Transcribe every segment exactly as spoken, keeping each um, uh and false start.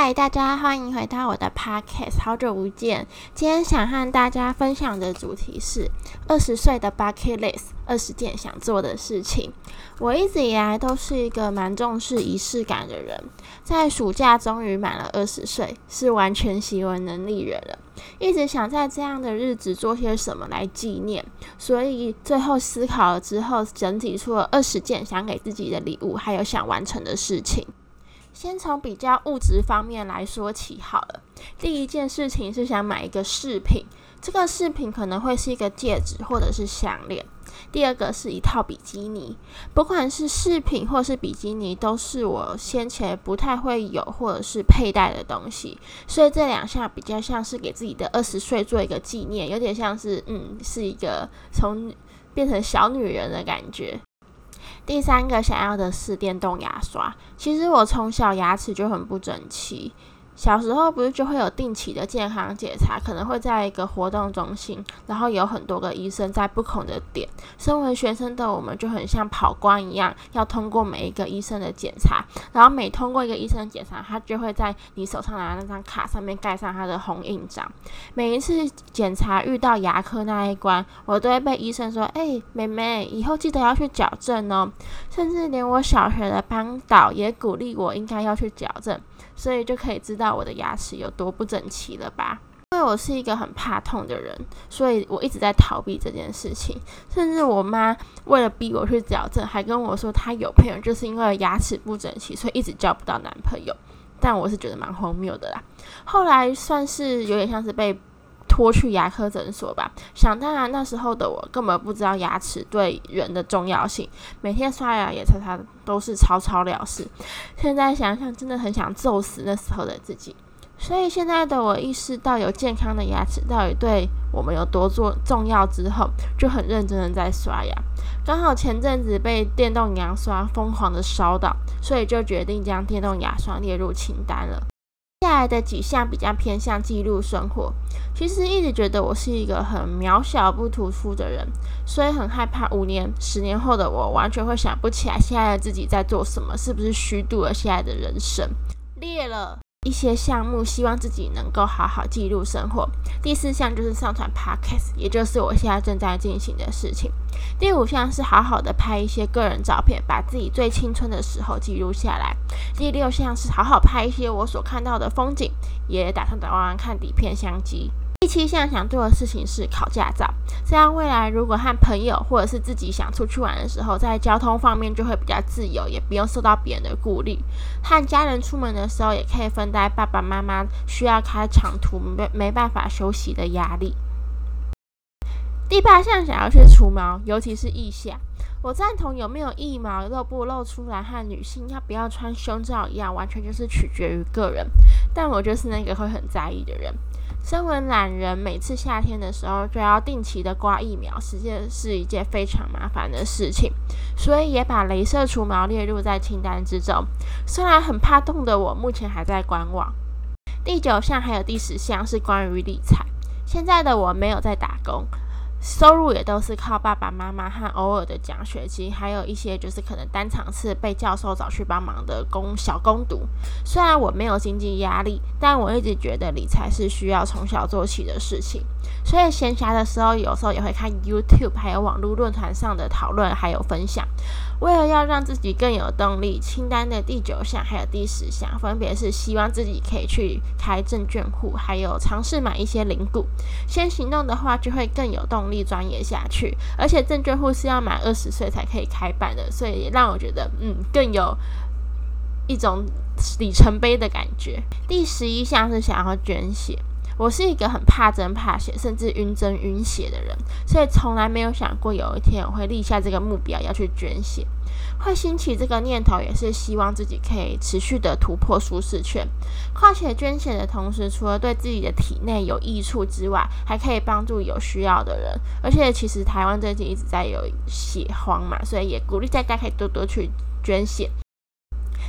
嗨，大家欢迎回到我的 podcast， 好久不见。今天想和大家分享的主题是二十岁的 bucket list， 二十件想做的事情。我一直以来都是一个蛮重视仪式感的人，在暑假终于满了二十岁，是完全行为能力人了。一直想在这样的日子做些什么来纪念，所以最后思考了之后，整体出了二十件想给自己的礼物，还有想完成的事情。先从比较物质方面来说起好了。第一件事情是想买一个饰品，这个饰品可能会是一个戒指或者是项链。第二个是一套比基尼，不管是饰品或是比基尼，都是我先前不太会有或者是佩戴的东西，所以这两项比较像是给自己的二十岁做一个纪念，有点像是嗯，是一个从变成小女人的感觉。第三个想要的是电动牙刷。其实我从小牙齿就很不整齐，小时候不是就会有定期的健康检查，可能会在一个活动中心，然后有很多个医生在不同的点。身为学生的我们就很像跑官一样，要通过每一个医生的检查，然后每通过一个医生的检查，他就会在你手上拿的那张卡上面盖上他的红印章。每一次检查遇到牙科那一关，我都会被医生说：“哎、欸，妹妹，以后记得要去矫正哦。”甚至连我小学的班导也鼓励我应该要去矫正，所以就可以知道我的牙齿有多不整齐了吧。因为我是一个很怕痛的人，所以我一直在逃避这件事情。甚至我妈为了逼我去矫正，还跟我说她有朋友就是因为牙齿不整齐，所以一直交不到男朋友。但我是觉得蛮荒谬的啦。后来算是有点像是被拖去牙科诊所吧，想当然那时候的我根本不知道牙齿对人的重要性，每天刷牙也擦擦都是草草了事。现在想想真的很想揍死那时候的自己。所以现在的我意识到有健康的牙齿到底对我们有多重要之后，就很认真的在刷牙。刚好前阵子被电动牙刷疯狂的烧到，所以就决定将电动牙刷列入清单了。接下来的几项比较偏向记录生活。其实一直觉得我是一个很渺小不突出的人，所以很害怕五年、十年后的我完全会想不起来现在的自己在做什么，是不是虚度了现在的人生。列了一些项目，希望自己能够好好记录生活。第四项就是上传 podcast， 也就是我现在正在进行的事情。第五项是好好的拍一些个人照片，把自己最青春的时候记录下来。第六项是好好拍一些我所看到的风景，也打算玩玩看底片相机。第七项想做的事情是考驾照，这样未来如果和朋友或者是自己想出去玩的时候，在交通方面就会比较自由，也不用受到别人的顾虑。和家人出门的时候，也可以分担爸爸妈妈需要开长途 没, 没办法休息的压力。第八项想要去除毛，尤其是腋下。我赞同有没有腋毛露不露出来和女性要不要穿胸罩一样，完全就是取决于个人，但我就是那个会很在意的人。身为懒人，每次夏天的时候就要定期的刮疫苗，实际是一件非常麻烦的事情，所以也把雷射除毛列入在清单之中。虽然很怕痛的我，目前还在观望。第九项还有第十项是关于理财。现在的我没有在打工，收入也都是靠爸爸妈妈和偶尔的奖学金，还有一些就是可能单场次被教授找去帮忙的工小工读。虽然我没有经济压力，但我一直觉得理财是需要从小做起的事情，所以闲暇的时候有时候也会看 YouTube 还有网络论坛上的讨论还有分享。为了要让自己更有动力，清单的第九项还有第十项分别是希望自己可以去开证券户，还有尝试买一些零股。先行动的话就会更有动力钻研下去，而且证券户是要满二十岁才可以开办的，所以也让我觉得嗯更有一种里程碑的感觉。第十一项是想要捐血。我是一个很怕针怕血甚至晕针晕血的人，所以从来没有想过有一天我会立下这个目标要去捐血。会兴起这个念头也是希望自己可以持续的突破舒适圈。况且捐血的同时，除了对自己的体内有益处之外，还可以帮助有需要的人。而且其实台湾最近一直在有血荒嘛，所以也鼓励大家可以多多去捐血。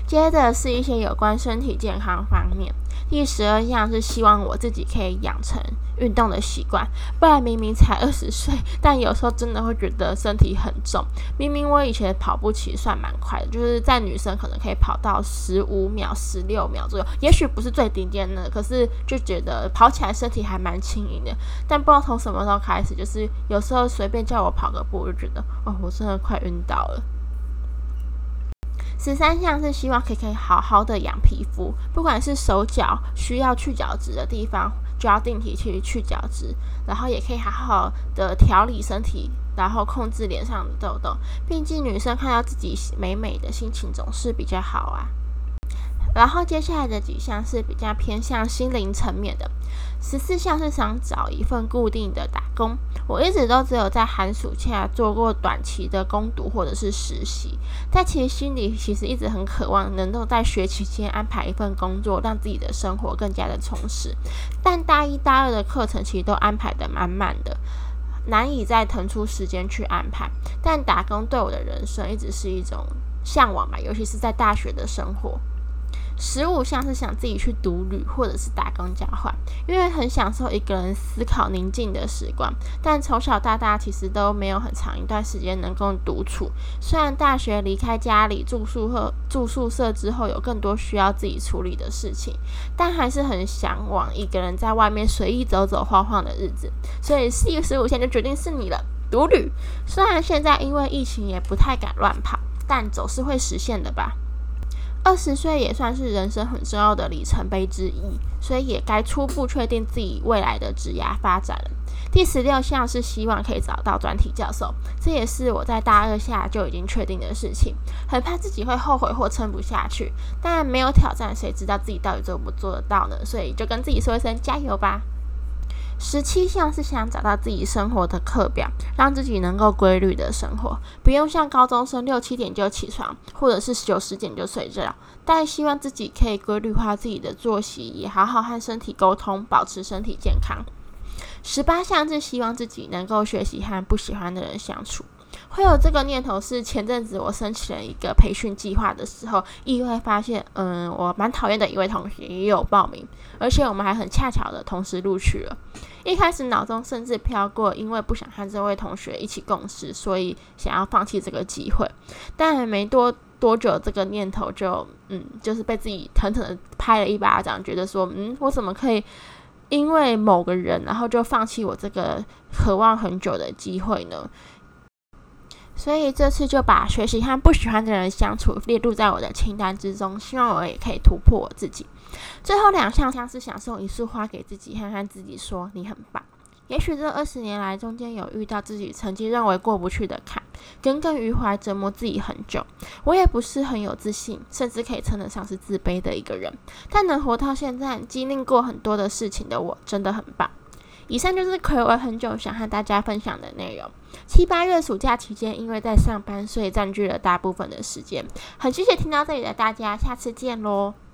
接着是一些有关身体健康方面。第十二项是希望我自己可以养成运动的习惯，不然明明才二十岁，但有时候真的会觉得身体很重。明明我以前跑步其实算蛮快的，就是在女生可能可以跑到十五秒、十六秒左右，也许不是最顶尖的，可是就觉得跑起来身体还蛮轻盈的。但不知道从什么时候开始，就是有时候随便叫我跑个步，我就觉得哦，我真的快晕倒了。十三项是希望可以可以好好的养皮肤，不管是手脚需要去角质的地方，就要定期去去角质，然后也可以好好的调理身体，然后控制脸上的痘痘。毕竟女生看到自己美美的，心情总是比较好啊。然后接下来的几项是比较偏向心灵层面的。十四项是想找一份固定的打工，我一直都只有在寒暑假做过短期的工读或者是实习，但其实心里其实一直很渴望能够在学期间安排一份工作，让自己的生活更加的充实。但大一大二的课程其实都安排的满满的，难以再腾出时间去安排。但打工对我的人生一直是一种向往吧，尤其是在大学的生活。十五项是想自己去独旅或者是打工交换，因为很享受一个人思考宁静的时光。但从小到大其实都没有很长一段时间能够独处。虽然大学离开家里住宿舍住宿舍之后有更多需要自己处理的事情，但还是很向往一个人在外面随意走走晃晃的日子。所以第十五项就决定是你了，独旅。虽然现在因为疫情也不太敢乱跑，但总是会实现的吧。二十岁也算是人生很重要的里程碑之一，所以也该初步确定自己未来的职涯发展了。第十六项是希望可以找到专题教授，这也是我在大二下就已经确定的事情，很怕自己会后悔或撑不下去，但没有挑战，谁知道自己到底做不做得到呢？所以就跟自己说一声加油吧。十七项是想找到自己生活的课表，让自己能够规律的生活，不用像高中生六七点就起床，或者是九十点就睡觉，但希望自己可以规律化自己的作息，也好好和身体沟通，保持身体健康。十八项是希望自己能够学习和不喜欢的人相处。会有这个念头是前阵子我申请了一个培训计划的时候，意外发现嗯，我蛮讨厌的一位同学也有报名，而且我们还很恰巧的同时录取了。一开始脑中甚至飘过因为不想和这位同学一起共事，所以想要放弃这个机会，但没多多久这个念头就嗯，就是被自己狠狠的拍了一巴掌，觉得说嗯，我怎么可以因为某个人然后就放弃我这个渴望很久的机会呢？所以这次就把学习和不喜欢的人相处列入在我的清单之中，希望我也可以突破我自己。最后两项像是想送一束花给自己，和和自己说你很棒。也许这二十年来中间有遇到自己曾经认为过不去的坎，耿耿于怀折磨自己很久。我也不是很有自信，甚至可以称得上是自卑的一个人，但能活到现在，经历过很多的事情的我真的很棒。以上就是睽违很久想和大家分享的内容。七八月暑假期间，因为在上班，所以占据了大部分的时间。很谢谢听到这里的大家，下次见咯。